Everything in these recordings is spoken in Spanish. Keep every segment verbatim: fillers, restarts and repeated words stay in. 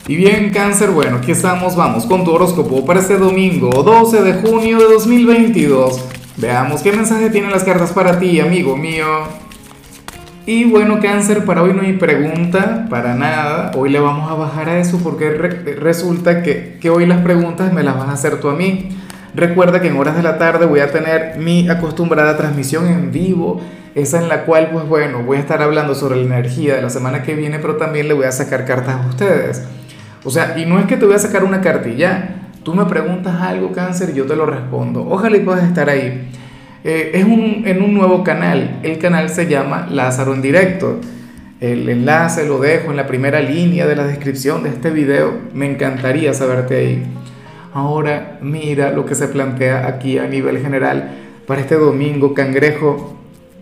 Y bien, Cáncer, bueno, aquí estamos, vamos con tu horóscopo para este domingo, doce de junio de dos mil veintidós. Veamos qué mensaje tienen las cartas para ti, amigo mío. Y bueno, Cáncer, para hoy no hay pregunta, para nada. Hoy le vamos a bajar a eso porque re- resulta que, que hoy las preguntas me las vas a hacer tú a mí. Recuerda que en horas de la tarde voy a tener mi acostumbrada transmisión en vivo, esa en la cual, pues bueno, voy a estar hablando sobre la energía de la semana que viene, pero también le voy a sacar cartas a ustedes. O sea, y no es que te voy a sacar una cartilla, tú me preguntas algo, Cáncer, y yo te lo respondo. Ojalá y puedas estar ahí. Eh, es un, en un nuevo canal, el canal se llama Lázaro en Directo. El enlace lo dejo en la primera línea de la descripción de este video. Me encantaría saberte ahí. Ahora mira lo que se plantea aquí a nivel general para este domingo, Cangrejo.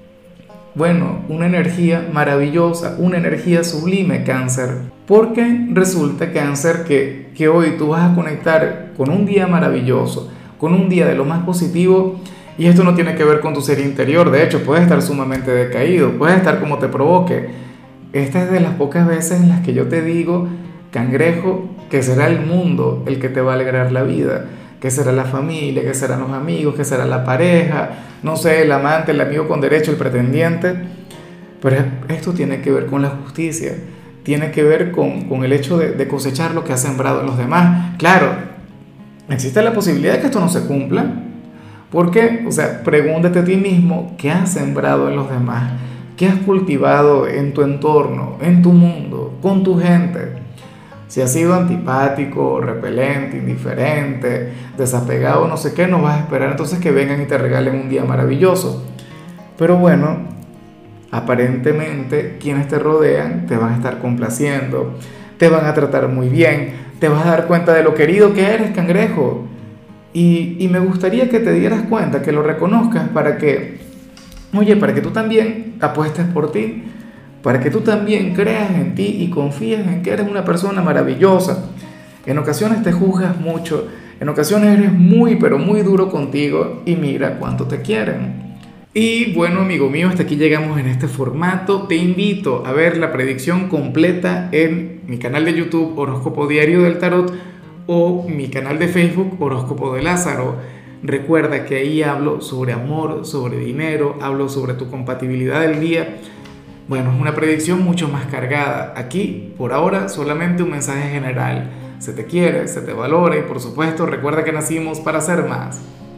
Bueno, una energía maravillosa, una energía sublime, Cáncer. Porque resulta, Cáncer, que, que hoy tú vas a conectar con un día maravilloso, con un día de lo más positivo. Y esto no tiene que ver con tu ser interior. De hecho, puedes estar sumamente decaído, puedes estar como te provoque. Esta es de las pocas veces en las que yo te digo, Cangrejo, que será el mundo el que te va a alegrar la vida, que será la familia, que serán los amigos, que será la pareja, no sé, el amante, el amigo con derecho, el pretendiente. Pero esto tiene que ver con la justicia, tiene que ver con, con el hecho de, de cosechar lo que has sembrado en los demás. Claro, existe la posibilidad de que esto no se cumpla. ¿Por qué? O sea, pregúntate a ti mismo qué has sembrado en los demás, qué has cultivado en tu entorno, en tu mundo, con tu gente. Si has sido antipático, repelente, indiferente, desapegado, no sé qué, no vas a esperar entonces que vengan y te regalen un día maravilloso. Pero bueno, aparentemente quienes te rodean te van a estar complaciendo, te van a tratar muy bien, te vas a dar cuenta de lo querido que eres, Cangrejo. Y, y me gustaría que te dieras cuenta, que lo reconozcas para que, oye, para que tú también apuestes por ti, para que tú también creas en ti y confíes en que eres una persona maravillosa. En ocasiones te juzgas mucho, en ocasiones eres muy, pero muy duro contigo y mira cuánto te quieren. Y bueno, amigo mío, hasta aquí llegamos en este formato. Te invito a ver la predicción completa en mi canal de YouTube Horóscopo Diario del Tarot o mi canal de Facebook Horóscopo de Lázaro. Recuerda que ahí hablo sobre amor, sobre dinero, hablo sobre tu compatibilidad del día. Bueno, es una predicción mucho más cargada. Aquí, por ahora, solamente un mensaje general. Se te quiere, se te valora y por supuesto recuerda que nacimos para ser más.